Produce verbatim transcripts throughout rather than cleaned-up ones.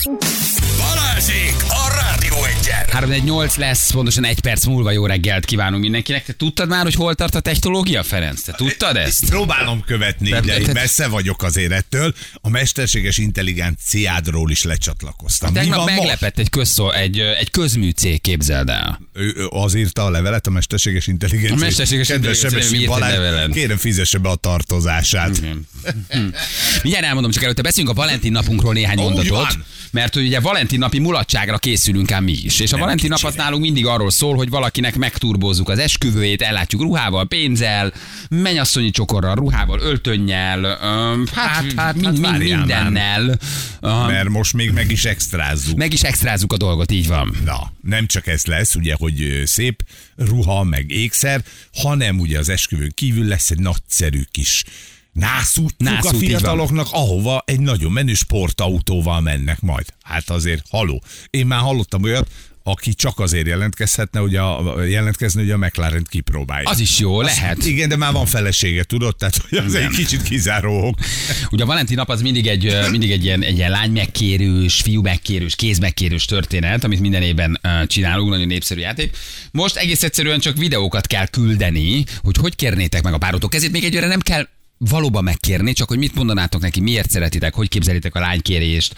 Balázsék a Rádió Egyen. három nyolc lesz, pontosan egy perc múlva jó reggelt kívánunk mindenkinek. Te tudtad már, hogy hol tart a technológia, Ferenc? Te tudtad ezt? Próbálom követni, de, de, de messze vagyok azért ettől. A mesterséges intelligenciádról is lecsatlakoztam. Tegnap meglepett egy, közszó, egy, egy közműcég, képzeld el. Ő, ő az írta a levelet, a mesterséges intelligencia. A mesterséges intelligencia Balázs, kérem, fizesse be a tartozását. Hm. Mindjárt elmondom, csak előtte beszélünk a Valentin napunkról néhány oh, mondatot. Mert hogy ugye Valentin napi mulatságra készülünk ám mi is. És a nem Valentin nap az nálunk mindig arról szól, hogy valakinek megturbózzuk az esküvőjét, ellátjuk ruhával, pénzzel, mennyasszonyi csokorral, ruhával, öltönnyel, öm, hát, hát, hát, mind, mind, mindennel. Öm, Mert most még meg is extrázzuk. Meg is extrázzuk a dolgot, így van. Na, nem csak ez lesz, ugye, hogy szép ruha, meg ékszer, hanem ugye az esküvőn kívül lesz egy nagyszerű kis nászútjuk Nászút, a fiataloknak, ahova egy nagyon menő sportautóval mennek majd. Hát azért, haló. Én már hallottam olyat, aki csak azért jelentkezhetne, hogy a, jelentkezni, hogy a McLaren-t kipróbálja. Az is jó, Azt, lehet. Igen, de már van felesége, tudod? Tehát, hogy az egy kicsit kizáró. Ugye a Valentin nap az mindig egy, mindig egy ilyen, egy ilyen lány megkérős, fiú megkérős, kéz megkérős történet, amit minden évben csinálunk, nagyon népszerű játék. Most egész egyszerűen csak videókat kell küldeni, hogy hogy kérnétek meg a párotok kezét, még egyre nem kell valóban megkérni, csak hogy mit mondanátok neki, miért szeretitek, hogy képzelitek a lánykérést,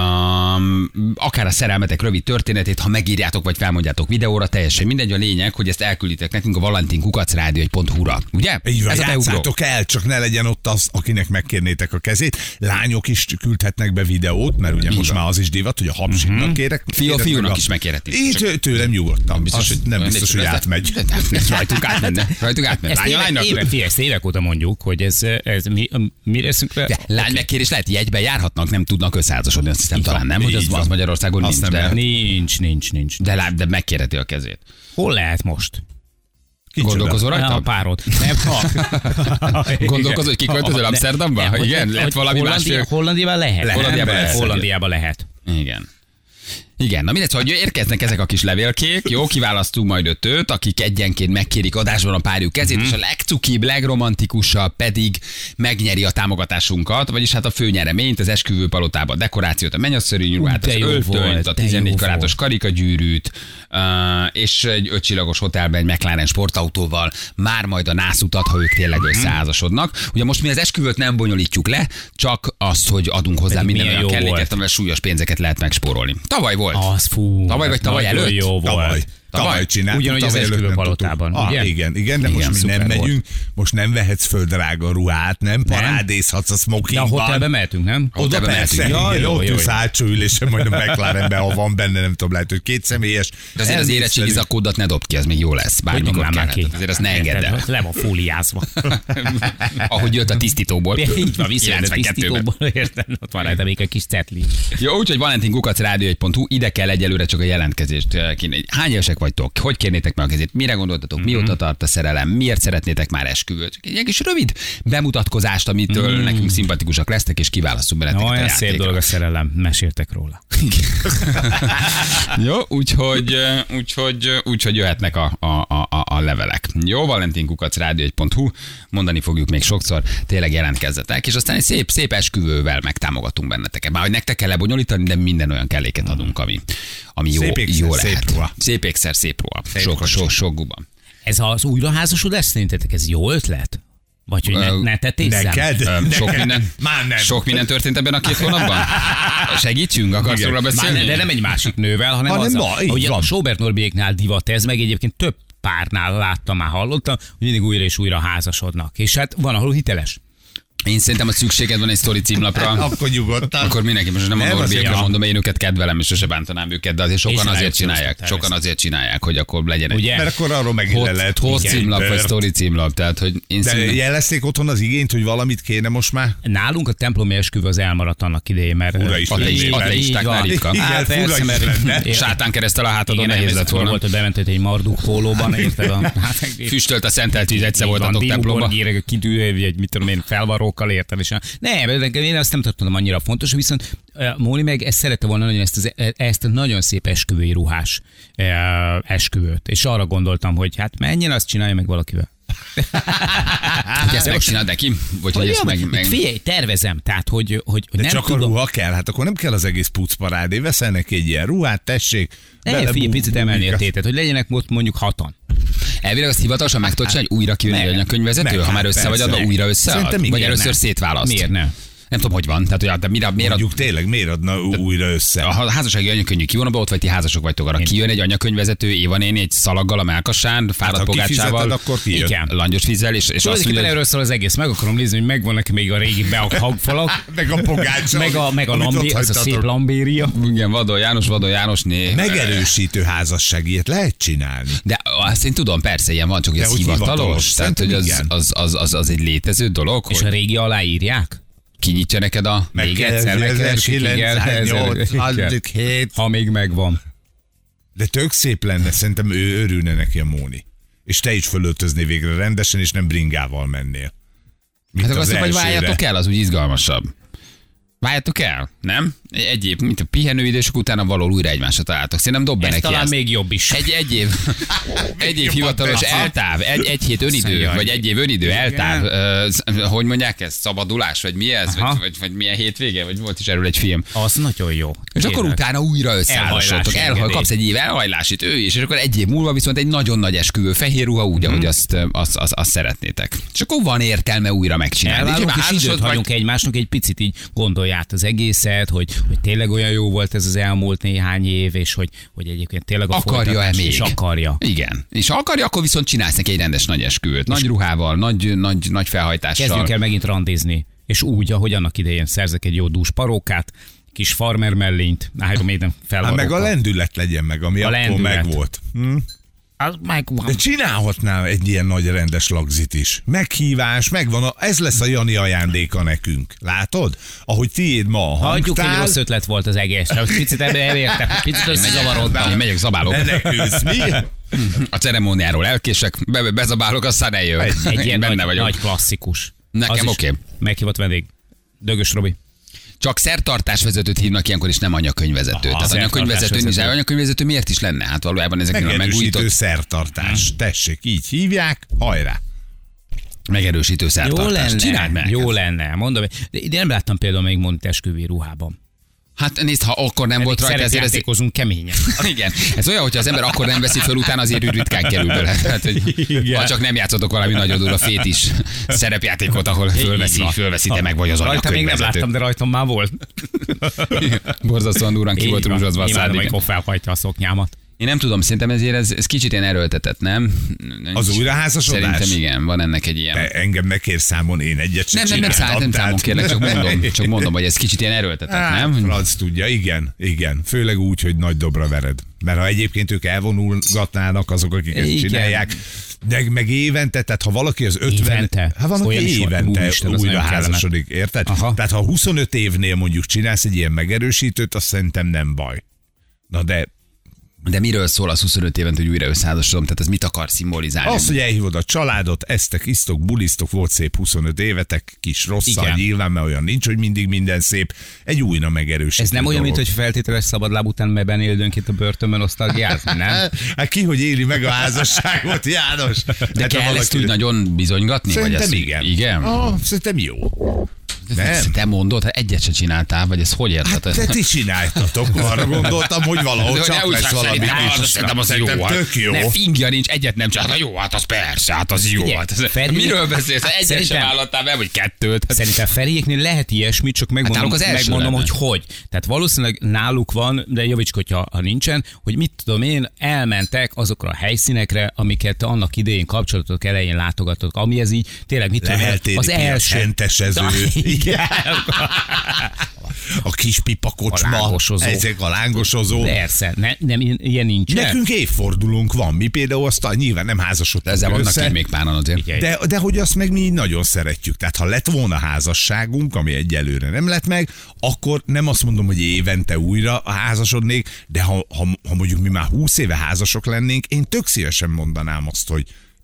um, akár a szerelmetek rövid történetét, ha megírjátok, vagy felmondjátok videóra, teljesen mindegy, a lényeg, hogy ezt elkülditek nekünk a valentin kukac rádió egy pont hu-ra, ugye? Így van, ez játszátok el, csak ne legyen ott az, akinek megkérnétek a kezét. Lányok is küldhetnek be videót, mert ugye most már az is divat, hogy a hapsiknak uh-huh. kérek. Fiú, fiúnak a... is megkérheti. Így tőlem nyugodtan. Biztos, hogy nem biztos, hogy átmegy. Rajtuk átmenne. Rajtuk átmenne. Évek óta mondjuk, hogy ez Ez mi, mi leszünk le? Lány megkérés lehet, jegybe járhatnak, nem tudnak összeházasodni, azt hiszem talán nem, hogy az, az Magyarországon azt nincs. Nem De... Nincs, nincs, nincs. De, lát, de megkérheti a kezét. Hol lehet most? Kicsoda? Gondolkozol rajta? A párod. Nem, Gondolkozol, hogy kiköltözöl Amsterdamba? Igen, lehet valami másfél. Hollandiában lehet. Hollandiában lehet. Hollandiában lehet. Igen. Igen, na mindegy, hogy érkeznek ezek a kis levélkék, jó, kiválasztunk majd ötöt, akik egyenként megkérik adásban a párjuk kezét, mm-hmm. és a legcukibb, legromantikusabb pedig megnyeri a támogatásunkat, vagyis hát a főnyereményt, az esküvőpalotában, a dekorációt, a mennyasszonyi ruhát, az öltönyt, a tizennégy karátos karikagyűrűt, uh, és egy ötcsillagos hotelben egy McLaren sportautóval már majd a nászutat, ha ők tényleg összeházasodnak. Ugye most mi az esküvőt nem bonyolítjuk le, csak azt, hogy adunk hozzá minden olyan kelléket, amivel súlyos pénzeket lehet megspórolni. Tavaly volt. Az fú. Tavaly vagy tavaly előtt? Jó volt. Tavaly. Tavaly csináltuk. Ugyanúgy az esküvőpalotában. Ah, ugye? igen, igen, de igen, most mi nem megyünk, volt. Most nem vehetsz föl drága ruhát, nem, nem? Parádézhatsz a smokingban. De a hotelbe mehetünk, nem? Oda persze, ja, jó, ott ülsz hátsó ülésen, majd a McLarenben, ha van benne, nem tudom, lehet, hogy két személyes. De azért az érettségi zakódat ne dobd ki, az még jó lesz. Bármikor kell. Azért azt ne engedd el. Le van fóliázva. Ahogy jött a tisztítóból. Így van, visszajön a tisztítóból, érted? Ott van rajta még egy kis cetli. Jó, úgyhogy Valentin kukac rádió egy pont hu, ide kell egyelőre csak a jelentkezést kínálni. Hány évesek vagytok? Hogy kérnétek meg a kezét? Mire gondoltatok? Mm-hmm. Mióta tart a szerelem? Miért szeretnétek már esküvőt? Csak egy kis rövid bemutatkozást, amitől mm. nekünk szimpatikusak lesztek, és kiválasztunk benneteket no, a játékra. Szép dolog a szerelem. Meséltek róla. Jó, úgyhogy, úgyhogy, úgyhogy jöhetnek a, a, a, a levelek. Jó, Valentin kukac rádió egy pont hu, mondani fogjuk még sokszor, tényleg jelentkezzetek, és aztán egy szép, szép esküvővel megtámogatunk benneteket. Már hogy nektek kell lebonyolítani, de minden olyan kelléket adunk, ami, ami jó, ékszer, jó szép lehet. ruha. Szép ékszer, szép ruha. Szép sok, sok, sok guban. Ez az újraházasodás szerintetek ez jó ötlet? Vagy hogy ne, ne tetézzem? Neked? Öm, sok, minden, Már nem. sok minden történt ebben a két hónapban? Segítsünk, akarsz róla beszélni? Már ne, de nem egy másik nővel, hanem hanem azzal. ma, Ugye a Sobert Norbiéknál divat ez, meg egyébként több párnál láttam, már hallottam, hogy mindig újra és újra házasodnak. És hát van, ahol hiteles. Én szerintem, hogy szükséged van egy sztori címlapra. Akkor nyugodtan. Akkor mindenki, most nem, nem a Norbiékra mondom, én őket kedvelem, és sose bántanám őket, de azért sokan azért csinálják. Sokan azért csinálják, hogy akkor legyen egy. Ugye? Mert akkor arról megint le lehet hot címlap, vagy sztori címlap. Tehát, hogy én de szín... jelezték otthon az igényt, hogy valamit kéne most már? Nálunk a templomi esküvő az elmaradt annak idején, mert ateistáknál ritka. Igen, fura is lenne. Sátán keresztel a hátadon nehéz lett volna. Volt, hogy bementet egy marduk pólóban, érted? Füstölt a szentelt víz, egyszer voltatok templomban. Egy mit tudom én, felvarrókkal érted, és nem, én azt nem tartom annyira fontos, viszont Móni meg ezt szerette volna nagyon, ezt, az, ezt a nagyon szép esküvői ruhás esküvőt, és arra gondoltam, hogy hát menjen, azt csinálja meg valakivel. Hogy ezt megcsinálod neki? Vagy hogy ezt meg... meg... Figyelj, tervezem, tehát, hogy, hogy De nem csak tudom... a ruha kell, hát akkor nem kell az egész pucparádé, veszel neki egy ilyen ruhát, tessék. Ne, figyelj, picit emelni a tétet, hogy legyenek most mondjuk hatan. Elvileg azt hivatalosan meg tudod csinálni, hogy újra kijön egy anyakönyvvezető, ha már össze vagy adva, újra összead? Vagy először szétválaszt? Miért nem? Nem tudom, hogy van. Tehát, hogy de mire, miért Mondjuk tényleg, miért adna újra össze? A házassági anyakönyvű kivonóba, ott vagy ti házasok vagytok, arra kijön egy anyakönyvvezető, Éva néni egy szalaggal a melkasán, fáradt Hát, ha pogácsával, kifizeted, akkor kijön. Igen. langyos vízzel, és, és azt Tulajdonképpen mondja, erről szól az egész, meg akarom nézni, hogy megvannak még a régi hangfalak, Meg a pogácsa. meg a, meg a amit lambé, ott az a szép hagytatok. lambéria. igen, Vadon János, Vadon Jánosné. Megerősítő házasság, ilyet lehet csinálni. De azt én tudom, persze, ilyen van, csak hogy De ez hogy hivatalos. hivatalos, Tehát, hogy az, igen. az, az, az, az egy létező dolog, És a hogy régi aláírják? kinyitja neked a... Meg Még kell egyszer megkeresik, igen, ezerkilencszáznyolcvanhét. Ha még megvan. De tök szép lenne, szerintem ő örülne neki a Móni. És te is fölöltözni végre rendesen, és nem bringával mennél. Mint Hát akkor azt mondom, hogy elsőre. váljatok el, az úgy izgalmasabb. Váljatok el, nem? Egy év, mint a pihenőidősök utána való újra egymásra találtok. Szerintem dob be Ez neki talán ezt. még jobb is. Egy, egy év, egy év hivatalos Aha. eltáv, egy, egy hét önidő, Szegény. vagy egy év önidő eltáv. Ö, hogy mondják ezt? Szabadulás, vagy mi ez? Aha. Vagy, vagy, vagy milyen hétvége? Vagy volt is erről egy film. Az nagyon jó. És akkor Tényleg. utána újra összeállásodtok. Elhajlási Elhaj, engedély. kapsz egy év elhajlásit, ő is, és akkor egy év múlva viszont egy nagyon nagy esküvő, fehér ruha, úgy, ahogy azt, azt, azt, azt szeretnétek. És akkor van értelme újra megcsinálni. Elválunk, és házasod időt vagy- hagyunk egymásnak, egy picit így gondolj át az egészet, hogy, hogy tényleg olyan jó volt ez az elmúlt néhány év, és hogy, hogy egyébként tényleg a Akarja-e folytatás még? is akarja. Igen. És ha akarja, akkor viszont csinálsz neki egy rendes nagy esküvőt. Nagy ruhával, nagy, nagy, nagy felhajtással. Kezdjünk el megint randizni, és úgy, ahogy annak idején szerzek egy jó dús parókát, kis farmer mellényt, ájra még nem Hát felvarrókkal. meg a lendület legyen meg, ami A akkor lendület. meg volt. Hm? Az megvan. De csinálhatnál egy ilyen nagy rendes lagzit is. Meghívás, megvan, a, ez lesz a Jani ajándéka nekünk. Látod? Ahogy tiéd ma a Hagyjuk, egy hangtál. rossz ötlet volt az egész. Most picit ebbe elértem, picit összezavarodtam. Én megyek, zabálok. Menekülsz, mi? A ceremóniáról elkések, be, be, bezabálok, aztán eljövök. Egy Én ilyen benne nagy, vagyok. nagy klasszikus. Nekem Az is oké. Meghívott vendég. Dögös Robi. Csak szertartásvezetőt hívnak ilyenkor, és nem anyakönyvvezető. Tehát anyakönyvvezető, szertartásvezető. anyakönyvvezető miért is lenne? Hát valójában ezeknél a Megerősítő megújított, szertartás. Tessék, így hívják, hajrá. megerősítő Jó szertartás. Csináld lenne, meg. jó lenne, mondom. De, de nem láttam például még Monit esküvői ruhában. Hát nézd, ha akkor nem volt rajta, ezért ez... Szerepjátékozunk keményen. Igen, ez olyan, hogyha az ember akkor nem veszi föl, utána azért ritkán kerül bele. Hát, hogy, ha csak nem játszottatok valami nagyon durva fétis szerepjátékot, ahol fölveszi, fölveszi te meg vagy az Rajta még nem anyakönyvvezető. láttam, de rajtam már volt. Borzasztóan durán ki volt Így van. rúzsozva a szád. Imádom, igen. amikor felhajtja a szoknyámat. Én nem tudom, szerintem ezért ez, ez kicsit ilyen erőltetett, nem? Az újraházasodás? Szerintem igen, van ennek egy ilyen... Te engem ne kérj számon, én egyet sem Nem, nem, nem, csináltam, szám, nem tehát- számon kérlek, csak mondom, csak mondom, hogy ez kicsit ilyen erőltetett, Hát, nem? Franc tudja, igen, igen. Főleg úgy, hogy nagy dobra vered. Mert ha egyébként ők elvonulgatnának, azok, akik ezt Igen. csinálják, de meg évente, tehát ha valaki az ötven, Évente? hát van, Olyan aki is van. évente Úristen, az újra nagyon kellene. házasodik, érted? Aha. Tehát ha huszonöt évnél mondjuk csinálsz egy ilyen megerősítőt, azt szerintem nem baj. Na de De miről szól az huszonöt évente, hogy újra összeházasodom? Tehát ez mit akar szimbolizálni? az, hogy elhívod a családot, eztek, isztok, bulisztok, volt szép huszonöt évetek, kis rosszal Igen. nyilván, mert olyan nincs, hogy mindig minden szép, egy újna megerősítő Ez nem olyan, dolog. mint hogy feltételes szabadláb után meben élődönként a börtönben osztalgiázni, nem? Hát ki, hogy éli meg a házasságot, János? De kell ezt úgy nagyon bizonygatni? vagy Szerintem ezt, igen. Igen? Ah, szerintem jó. Nem? Ezt te mondod, hát egyet se csináltál, vagy ez hogy Hát érted? te ti csináltatok, arra gondoltam, hogy valahogy De hogy ne csak úgy lesz szállsz, valami. hogy És hát, szerintem az jó. szerintem hát. tök jó. Ne, fingja nincs, egyet nem csinálta. Jó, hát az persze, hát az jó. Figyelj, Hát ez, Feri- miről beszélsz? Egyet sem Szerintem- vállaltál be, vagy kettőt? Hát, Szerintem Feriéknél lehet ilyesmi, csak megmondom, náluk az első megmondom lenne. hogy hogy. Tehát valószínűleg náluk van, de javíts, hogyha ha nincsen, hogy mit tudom én, elmentek azokra a helyszínekre, amiket te annak idején kapcsolatok elején látogatok, ami ez így tényleg mit tudom én, Leheltéri az piac, első. sentesező. Igen. A kis pipakocsma, A lángosozó. ezek a lángosozó. Persze, ne, nem, ilyen nincs. Nekünk évfordulónk van, mi például azt nyilván nem házasodtunk ezzel vannak össze. így még páran azért. Igen. De, de hogy azt meg mi így nagyon szeretjük. Tehát ha lett volna házasságunk, ami egyelőre nem lett meg, akkor nem azt mondom, hogy évente újra házasodnék, de ha, ha, ha mondjuk mi már húsz éve házasok lennénk, én tök szívesen mondanám azt, hogy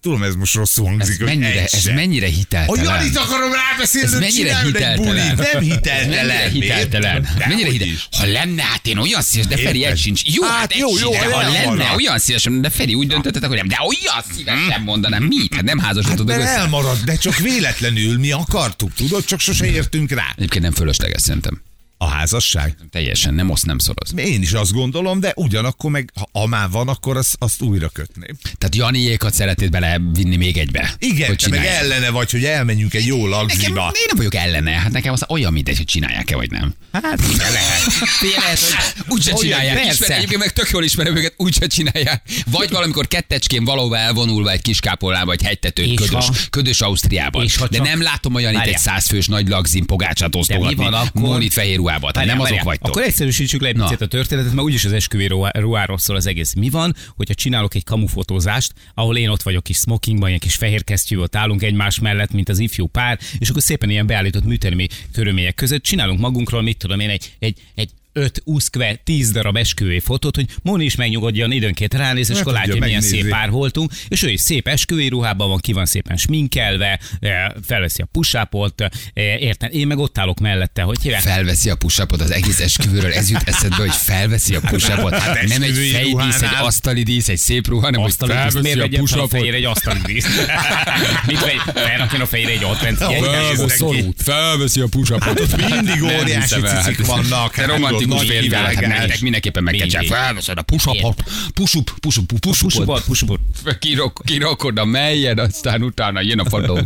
Tudom, ez most rosszul hangzik, Ez mennyire, ez mennyire A hiteltelen. Janit akarom rábeszélni, Ez hogy mennyire csináljon egy hiteltelen. bulit. Nem hiteltelen. Mennyire hiteltelen. De Mennyire hogy hiteltelen. is. Ha lenne, hát én olyan szíves, de Feri Érted? egy sincs. Jó, Hát hát egy jó, jó, sincs, de ha el lenne, vannak. olyan szíves, de Feri úgy döntöttetek, hogy nem, de olyan szívesen mondanám. Mit? Hát nem Hát házasodtunk mert össze. elmaradt, de csak véletlenül mi akartuk, tudod, csak sose értünk rá. Egyébként nem fölösleges szerintem. A házasság? Teljesen, nem osz, nem szoroz. Én is azt gondolom, de ugyanakkor meg, ha már van, akkor azt, azt újra kötném. Tehát Janiékat szeretnéd belevinni még egybe. Igen, hogy te meg csinálják. ellene vagy, hogy elmenjünk egy jó Nekem, lagziba. én nem vagyok ellene, hát nekem az olyan mindegy, hogy csinálják-e vagy nem. Hát, de lehet. Lehet, hogy úgyse Olyan, csinálják. persze. Ismer, egyébként meg tök jól ismerem őket, úgyse csinálják. Vagy valamikor kettecskén valahova elvonulva egy kis kápolnába, egy hegytetőn, És ködös, ha- ködös Ausztriában. és ha De csak- nem látom olyan itt egy Várjál. százfős nagy lagzin pogácsát De mi osztogatni. van akkor? Mónit fehér ruhába. Tehát nem azok Várjál, vagytok. Akkor egyszerűsítsük le egy Na. picit a történetet, mert úgyis az esküvő ruhá- ruháról szól az egész. Mi van, hogyha csinálok egy kamufotózást, ahol én ott vagyok kis smokingban, ilyen kis fehér kesztyű, ott állunk egymás mellett, mint az ifjú pár, és akkor szépen ilyen beállított műtermi körülmények között csinálunk magunkról, mit tudom én, egy, egy, egy öt, uszkve, tíz darab esküvői fotót, hogy Moni is megnyugodjon, időnként ránéz, és Ne akkor látja, tudja hogy milyen megnézni. szép pár voltunk, és ő is szép esküvői ruhában van, ki van szépen sminkelve, eh, felveszi a push-upot, eh, érted? Én meg ott állok mellette, hogy hívják? Felveszi a push-upot az egész esküvőről, ez jut eszedbe, hogy felveszi a push-upot. Hát Nem egy esküvői fejdísz, egy ruhánál. asztali dísz, egy szép ruha, hanem hogy Asztali dísz, miért felveszi a vegyem fel a push-upot. fejére egy asztali dísz? Mit vegy, felrakjon a fejére egy advent Felveszi- Felveszi a push-upot. Mindig óriási cicik vannak. Te hát tudod, romantikus nagy férfi, hát kivágás. nektek mindenképpen meg kell Mindig. csinálni. Felveszed a push-upot, push-up, push-up, push-upot. Pusupot, pusupot. Kirok, kirokod a mellyed, aztán utána jön a fadós.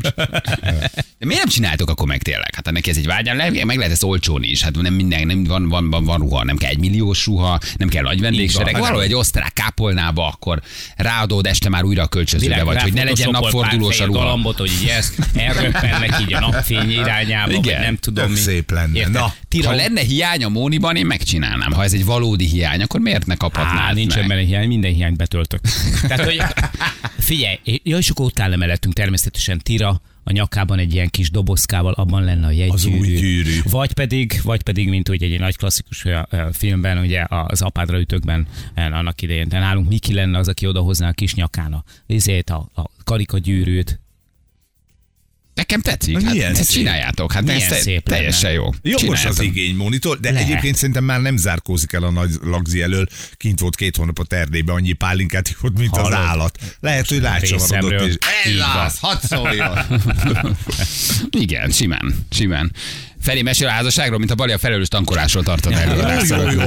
De miért nem csináltok akkor meg tényleg? Hát ha neki ez egy vágyám, le- meg lehet ezt olcsólni is. Hát nem minden, nem van, van, van, van ruha, nem kell egy milliós ruha, nem kell nagy vendégsereg. van. Valahol egy osztrák kápolnába, akkor ráadod este már újra a kölcsözőbe Direkt vagy, hogy ne legyen ráfotoshopol napfordulós a pár fehér ruha. galambot, hogy így ezt elröppennek így a napfény irányába, vagy Igen. nem tudom Tök mi. szép lenne. Érted? Na, Tira, Ha lenne hiány a Móniban, én megcsinálnám. Ha ez egy valódi hiány, akkor miért ne kaphatnád Á, nincsen meg? benne hiány, minden hiányt betöltök. Tehát, hogy figyelj, ja, és akkor ott áll mellettünk természetesen Tira, a nyakában egy ilyen kis dobozkával, abban lenne a jegygyűrű. Az új gyűrű. Vagy pedig, vagy pedig, mint hogy egy nagy klasszikus ö, ö, filmben, ugye az Apádra ütőkben ö, annak idején. De nálunk Miki lenne az, aki odahozná a kis nyakána. Ezért a, a karikagyűrűt. Nekem tetszik, Na, hát milyen ezt szép. csináljátok, hát Milyen ez te- szép teljesen lenne. jó. Jogos az Csináltam. igény, Monitól, de Lehet. egyébként szerintem már nem zárkózik el a nagy lagzi elől. Kint volt két hónapot Erdélyben, annyi pálinkát ott, mint Hallod? az állat. Lehet, hogy rácsavarodott. részemről. És... Így Ez van. az, hadd szóljon. Igen, simán, simán. Feri mesél a házasságról, mint a Bali a felelős tankolásról tartana előadást. Jó, jó, jó.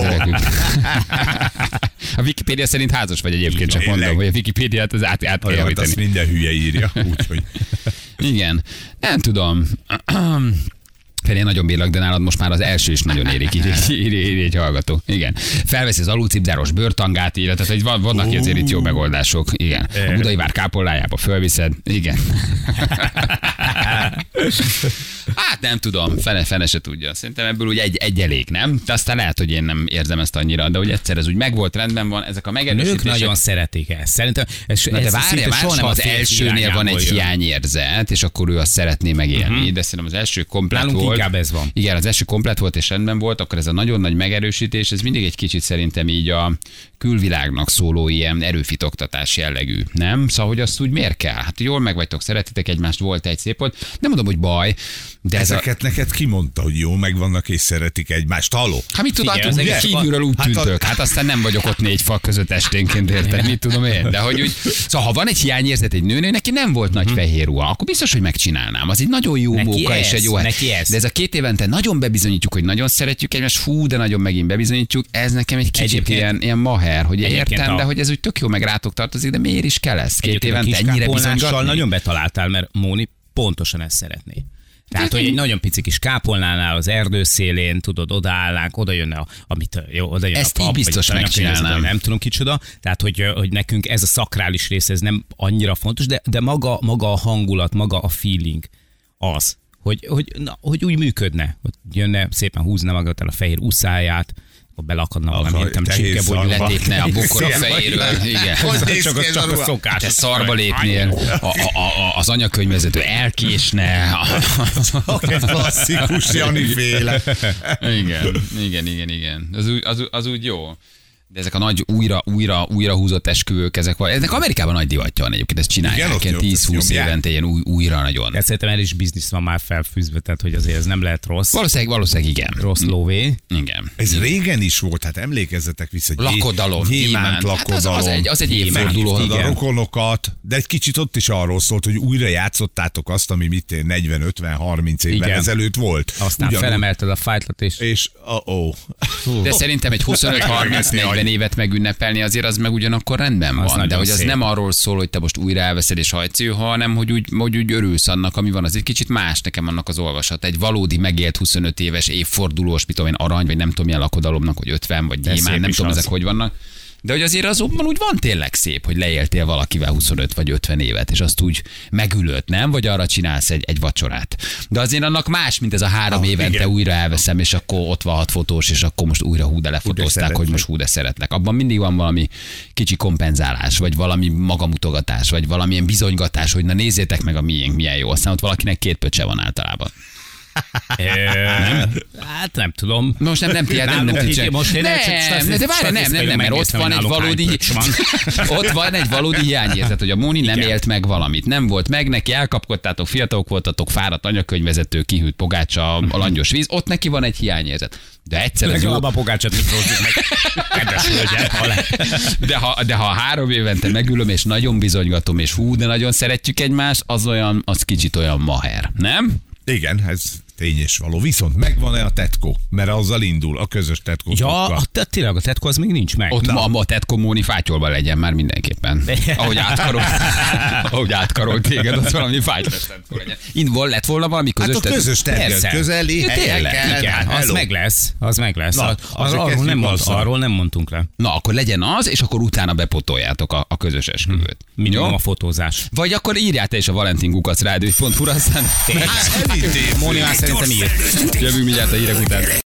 A Wikipédia szerint házas vagy egyébként, csak Tényleg. mondom, hogy a Wikipédiát az át, át kell Olyan, azt javítani. minden hülye írja. Úgyhogy Igen, nem tudom. Feri, én nagyon bírlak, de nálad most már az első is nagyon érik, így, így, így, így egy hallgató. Igen. Felveszi az alulcipzáros bőrtangát, írja, tehát hogy van- vannak uh. azért itt jó megoldások. Igen. A Budai Vár kápolnájába fölviszed. Igen. Hát nem tudom, fene, fene se tudja. Szerintem ebből úgy egy, egy elég, nem? De aztán lehet, hogy én nem érzem ezt annyira, de hogy egyszer ez úgy megvolt, rendben van, ezek a Nők megerősítések. nagyon szeretik ezt. Szerintem ez, Na de ez várjál, szinte már soha sem nem a az férfi elsőnél van egy irányából jön. hiányérzet, és akkor ő azt szeretné megélni, uh-huh. de szerintem az első komplet Nálunk volt. inkább ez van. Igen, az első komplet volt és rendben volt, akkor ez a nagyon nagy megerősítés, ez mindig egy kicsit szerintem így a külvilágnak szóló ilyen erőfitoktatás jellegű, nem? Szóval, hogy azt úgy miért kell? Hát jól meg vagytok, szeretitek egymást, volt egy szép volt. Nem mondom, hogy baj, de ez a... ezeket neked kimondta, hogy jó megvannak és szeretik egymást. Halló? Hát mit tudod, Figyelj, hát, az ugye? egész- Kívülről úgy Hát a- tűntök, hát aztán nem vagyok ott négy fal között esténként, érted? Mit tudom én? De hogy úgy, szóval ha van egy hiányérzet egy nőnél, neki nem volt nagy fehér ruha, akkor biztos, hogy megcsinálnám. Az egy nagyon jó Neki móka és ez, egy jó neki ez. De ez a két évente nagyon bebizonyítjuk, hogy nagyon szeretjük egymást, fú, de nagyon megint bebizonyítjuk, ez nekem egy kicsit Egyébként- ilyen, ilyen maher, hogy Egyébként értem, a- de hogy ez úgy tök jó, meg rátok tartozik, de miért is kell ez? Két Egyébként a évente kis ennyire kápolnással bizonygatni? nagyon betaláltál, mert Móni pontosan ezt szeretné. Tehát, hogy egy nagyon pici kis kápolnánál az erdő szélén, tudod, odaállnánk, oda jönne, a, amit jó, oda jön Ezt a így pap, biztos vagy megcsinálnám. nem tudom kicsoda. Tehát, hogy, hogy nekünk ez a szakrális rész, ez nem annyira fontos, de, de maga, maga a hangulat, maga a feeling az, hogy, hogy, na, hogy úgy működne, hogy jönne, szépen húzna magát el a fehér uszáját, akkor belakadna valami, Akar- értem, tehér csipkebolyú szarva. Letépne a bokor a Szia, fejéről. Igen. Hogy néz Csak ki a, ez a csak a ruha? szokás. Te szarba lépnél, a, a, a, az anyakönyvvezető elkésne. Egy klasszikus Jani féle. Igen, igen, igen, igen. Az úgy, az, úgy- az úgy jó. De ezek a nagy újra, újra, újra húzott esküvők, ezek van. Ezek Amerikában nagy divatja van egyébként, ezt csinálják. Igen, tíz-húsz évente ilyen új, újra nagyon. Ez szerintem el is biznisz van már felfűzve, tehát hogy azért ez nem lehet rossz. Valószínűleg, valószínűleg igen. Rossz lóvé. Igen. Ez régen is volt, hát emlékezzetek vissza. Lakodalom. Gyémánt lakodalom. Hát az, az, egy, az egy évforduló. A rokonokat, de egy kicsit ott is arról szólt, hogy újra játszottátok azt, ami mit én negyven, ötven, harminc évvel igen. ezelőtt volt. Aztán ugyanúgy felemelted a fájtlat és... És oh, oh. De szerintem egy huszonöt harminc negyven évet megünnepelni azért az meg ugyanakkor rendben van. Az de hogy az szép. Nem arról szól, hogy te most újra elveszed és hajtsz, hanem hogy úgy, hogy úgy örülsz annak, ami van. Az egy kicsit más nekem annak az olvasat. Egy valódi megélt huszonöt éves évfordulós, mit tudom én, arany, vagy nem tudom milyen lakodalomnak, hogy ötven, vagy gyémán, nem tudom az. Ezek hogy vannak. De hogy azért azonban úgy van tényleg szép, hogy leéltél valakivel huszonöt vagy ötven évet, és azt úgy megülött, nem? Vagy arra csinálsz egy, egy vacsorát. De azért annak más, mint ez a három ah, évente igen. újra elveszem, és akkor ott van hat fotós, és akkor most újra hú, de lefotózták, hogy most hú, de szeretlek. Abban mindig van valami kicsi kompenzálás, vagy valami magamutogatás, vagy valamilyen bizonygatás, hogy na nézzétek meg a miénk, milyen jó. Aztán ott valakinek két pöccse van általában. nem? Hát nem tudom. Most nem, nem, nem, nem, nem, nem, most nem, nem, de várj, nem, nem, nem, mert ott van egy valódi, ott van egy valódi hiányérzet, hogy a Móni nem élt meg valamit. Nem volt meg, neki elkapkodtátok, fiatalok voltatok, fáradt anyakönyvvezető, kihűlt pogácsa, a langyos víz, ott neki van egy hiányérzet. De egyszer az jó... a pogácsát mikrózzuk meg. Kedves hölgyek, ha le. De ha, de ha három évente megülöm, és nagyon bizonygatom, és hú, de nagyon szeretjük egymást, az olyan, az kicsit olyan maher, nem? Igen, ez tény és való. Viszont megvan-e a tetkó? Mert azzal indul a közös tetkó. Ja, a, tényleg a tetkó az még nincs meg. Ott ma a tetkó Móni fátyolva legyen már mindenképpen. Ahogy átkarol, ahogy átkarol téged, az valami fájtles tetkó legyen. Indul, lett volna valami közös tetkó? Hát a közös tetkó közeli helyeken. Igen, az meg lesz. Az meg lesz. Na, az, az arról, nem mond, arról nem mondtunk le. Na, akkor legyen az, és akkor utána bepotoljátok a, a közös esküvőt. Hmm. Minimum a fotózás. Vagy akkor írjál te is a Valentin Kukac rádió pont hu, aztán... Móni már szerintem írt. Jövünk mindjárt a hírek után.